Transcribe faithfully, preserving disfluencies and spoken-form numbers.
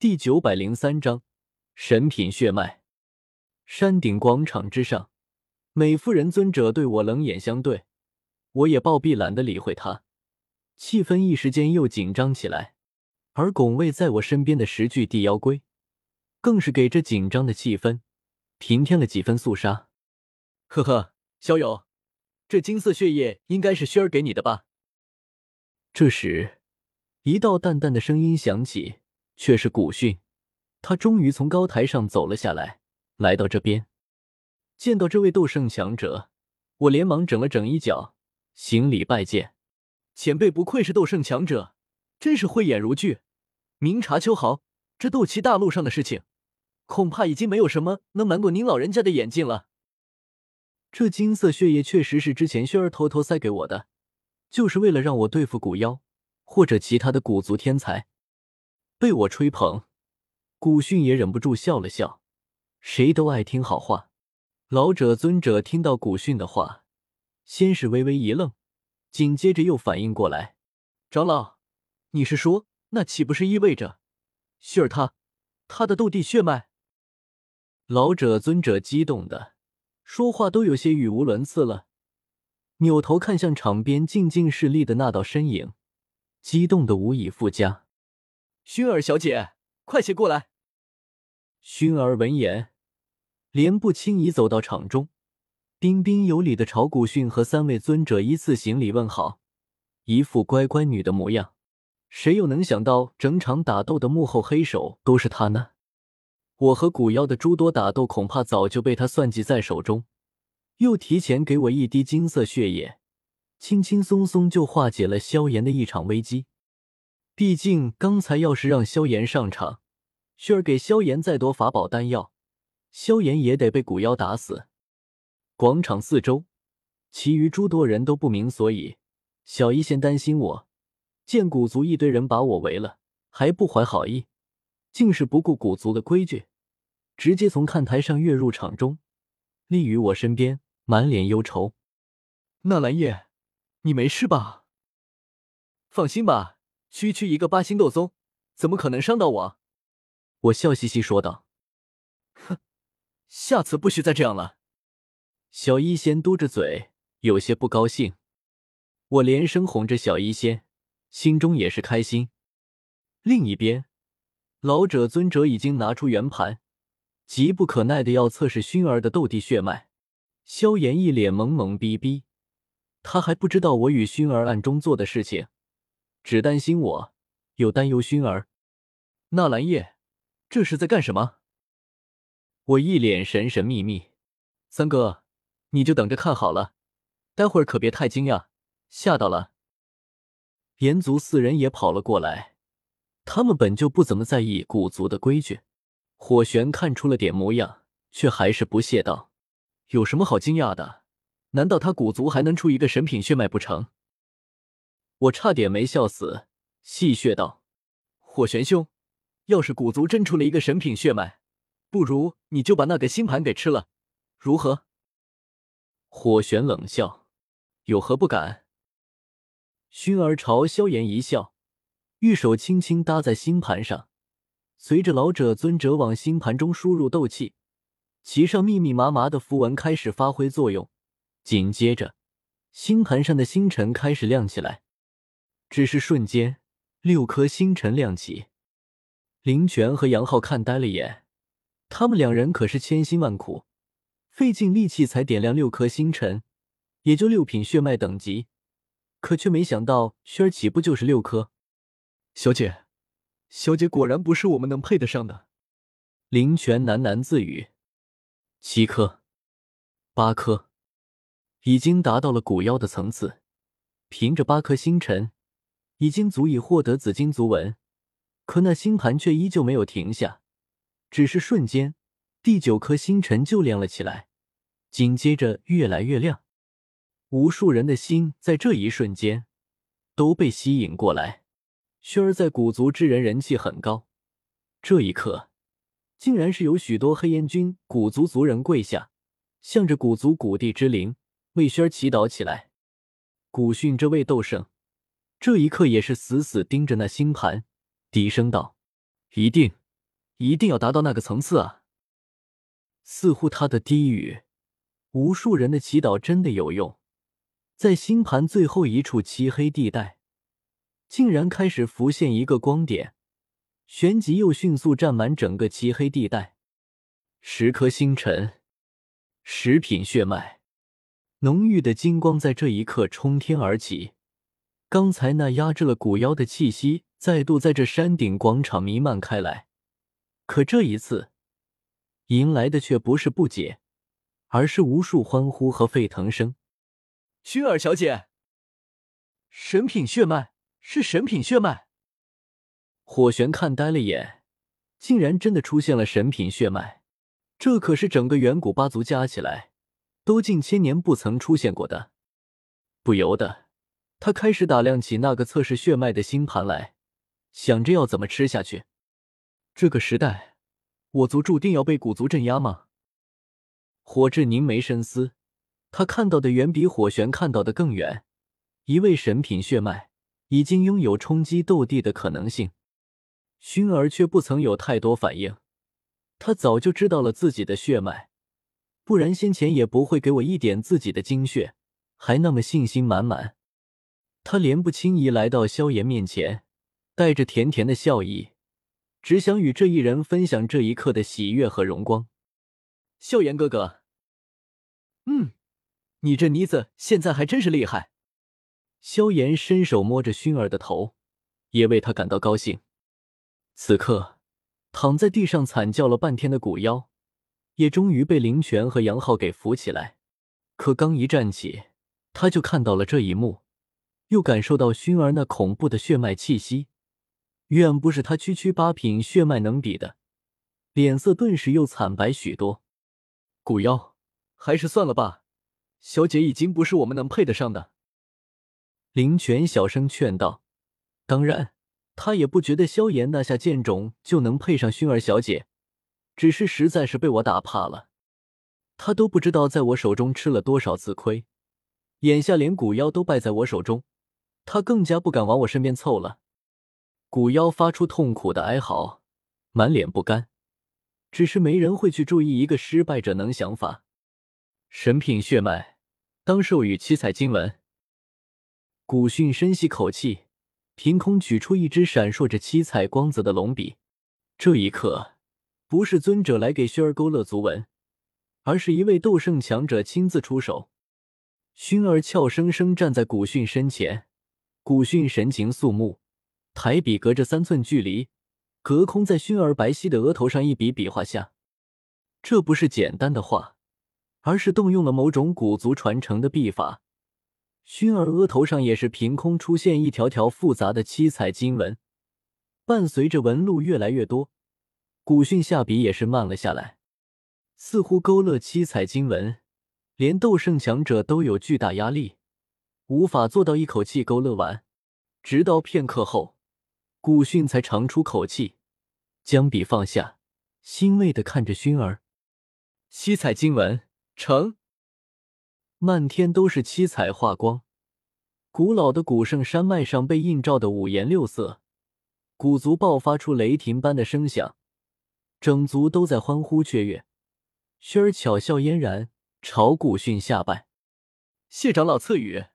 第九百零三章神品血脉。山顶广场之上，美妇人尊者对我冷眼相对，我也暴毙懒得理会他，气氛一时间又紧张起来。而拱卫在我身边的十具地妖龟更是给这紧张的气氛平添了几分肃杀。呵呵，小友，这金色血液应该是薰儿给你的吧？这时一道淡淡的声音响起，却是古训。他终于从高台上走了下来，来到这边。见到这位斗圣强者，我连忙整了整衣角，行礼拜见。前辈不愧是斗圣强者，真是慧眼如炬，明察秋毫。这斗气大陆上的事情，恐怕已经没有什么能瞒过您老人家的眼睛了。这金色血液确实是之前薰儿偷偷塞给我的，就是为了让我对付古妖或者其他的古族天才。被我吹捧，古训也忍不住笑了笑，谁都爱听好话。老者尊者听到古训的话，先是微微一愣，紧接着又反应过来，长老，你是说那岂不是意味着薰儿他他的斗帝血脉？老者尊者激动的说话都有些语无伦次了，扭头看向场边静静侍立的那道身影，激动的无以复加。薰儿小姐，快些过来。薰儿闻言连步轻移走到场中，彬彬有礼的朝古训和三位尊者依次行礼问好，一副乖乖女的模样。谁又能想到整场打斗的幕后黑手都是她呢？我和古妖的诸多打斗恐怕早就被他算计在手中，又提前给我一滴金色血液，轻轻松松就化解了萧炎的一场危机。毕竟刚才要是让萧炎上场，薰儿给萧炎再多法宝丹药，萧炎也得被古妖打死。广场四周其余诸多人都不明所以，小医仙担心我，见古族一堆人把我围了，还不怀好意，竟是不顾古族的规矩，直接从看台上跃入场中，立于我身边，满脸忧愁。纳兰叶，你没事吧？放心吧，区区一个八星斗宗，怎么可能伤到我？我笑嘻嘻说道。哼，下次不许再这样了。小医仙嘟着嘴，有些不高兴。我连声哄着小医仙，心中也是开心。另一边，老者尊者已经拿出圆盘，急不可耐的要测试薰儿的斗帝血脉。萧炎一脸懵懵逼逼，他还不知道我与薰儿暗中做的事情，只担心我，又担忧薰儿。纳兰叶，这是在干什么？我一脸神神秘秘。三哥，你就等着看好了，待会儿可别太惊讶，吓到了。炎族四人也跑了过来，他们本就不怎么在意古族的规矩。火玄看出了点模样，却还是不屑道：有什么好惊讶的？难道他古族还能出一个神品血脉不成？我差点没笑死，戏谑道：火玄兄，要是古族真出了一个神品血脉，不如你就把那个星盘给吃了，如何？火玄冷笑：有何不敢？薰儿朝萧炎一笑，玉手轻轻搭在星盘上，随着老者尊者往星盘中输入斗气，其上密密麻麻的符文开始发挥作用，紧接着星盘上的星辰开始亮起来。只是瞬间，六颗星辰亮起。林泉和杨浩看呆了眼，他们两人可是千辛万苦，费尽力气才点亮六颗星辰，也就六品血脉等级，可却没想到薰儿岂不就是六颗？小姐，小姐果然不是我们能配得上的。林泉喃喃自语。七颗，八颗，已经达到了古妖的层次，凭着八颗星辰已经足以获得紫金族纹，可那星盘却依旧没有停下，只是瞬间第九颗星辰就亮了起来，紧接着越来越亮。无数人的心在这一瞬间都被吸引过来。薰儿在古族之人人气很高，这一刻竟然是有许多黑烟军古族族人跪下，向着古族古帝之灵为薰儿祈祷起来。古训这位斗圣这一刻也是死死盯着那星盘，低声道：一定一定要达到那个层次啊！似乎他的低语，无数人的祈祷真的有用。在星盘最后一处漆黑地带，竟然开始浮现一个光点，旋即又迅速占满整个漆黑地带。十颗星辰，十品血脉，浓郁的金光在这一刻冲天而起。刚才那压制了古妖的气息再度在这山顶广场弥漫开来，可这一次迎来的却不是不解，而是无数欢呼和沸腾声。薰儿小姐，神品血脉，是神品血脉！火玄看呆了眼，竟然真的出现了神品血脉，这可是整个远古八族加起来都近千年不曾出现过的。不由得他开始打量起那个测试血脉的星盘来，想着要怎么吃下去。这个时代，我族注定要被古族镇压吗？火炙凝眉深思，他看到的远比火玄看到的更远。一位神品血脉已经拥有冲击斗帝的可能性，薰儿却不曾有太多反应。他早就知道了自己的血脉，不然先前也不会给我一点自己的精血，还那么信心满满。他莲不轻移来到萧炎面前，带着甜甜的笑意，只想与这一人分享这一刻的喜悦和荣光。萧炎哥哥，嗯，你这妮子现在还真是厉害。萧炎伸手摸着薰儿的头，也为他感到高兴。此刻躺在地上惨叫了半天的古妖，也终于被林泉和杨浩给扶起来。可刚一站起，他就看到了这一幕，又感受到薰儿那恐怖的血脉气息，远不是他区区八品血脉能比的，脸色顿时又惨白许多。古妖，还是算了吧，小姐已经不是我们能配得上的。林泉小声劝道，当然他也不觉得萧炎那下剑种就能配上薰儿小姐，只是实在是被我打怕了。他都不知道在我手中吃了多少次亏，眼下连古妖都败在我手中，他更加不敢往我身边凑了。古妖发出痛苦的哀嚎，满脸不甘，只是没人会去注意一个失败者能想法。神品血脉，当授予七彩经文。古训深吸口气，凭空取出一支闪烁着七彩光泽的龙笔。这一刻，不是尊者来给薰儿勾勒足纹，而是一位斗圣强者亲自出手。薰儿俏生生站在古训身前，古训神情肃穆，抬笔隔着三寸距离，隔空在薰儿白皙的额头上一笔笔画下。这不是简单的画，而是动用了某种古族传承的笔法。薰儿额头上也是凭空出现一条条复杂的七彩经文，伴随着纹路越来越多，古训下笔也是慢了下来。似乎勾勒七彩经文，连斗圣强者都有巨大压力，无法做到一口气勾勒完。直到片刻后，古训才长出口气，将笔放下，欣慰地看着薰儿。七彩经文成。漫天都是七彩画光，古老的古圣山脉上被映照的五颜六色，古族爆发出雷霆般的声响，整族都在欢呼雀跃。薰儿巧笑嫣然，朝古训下拜：谢长老赐予。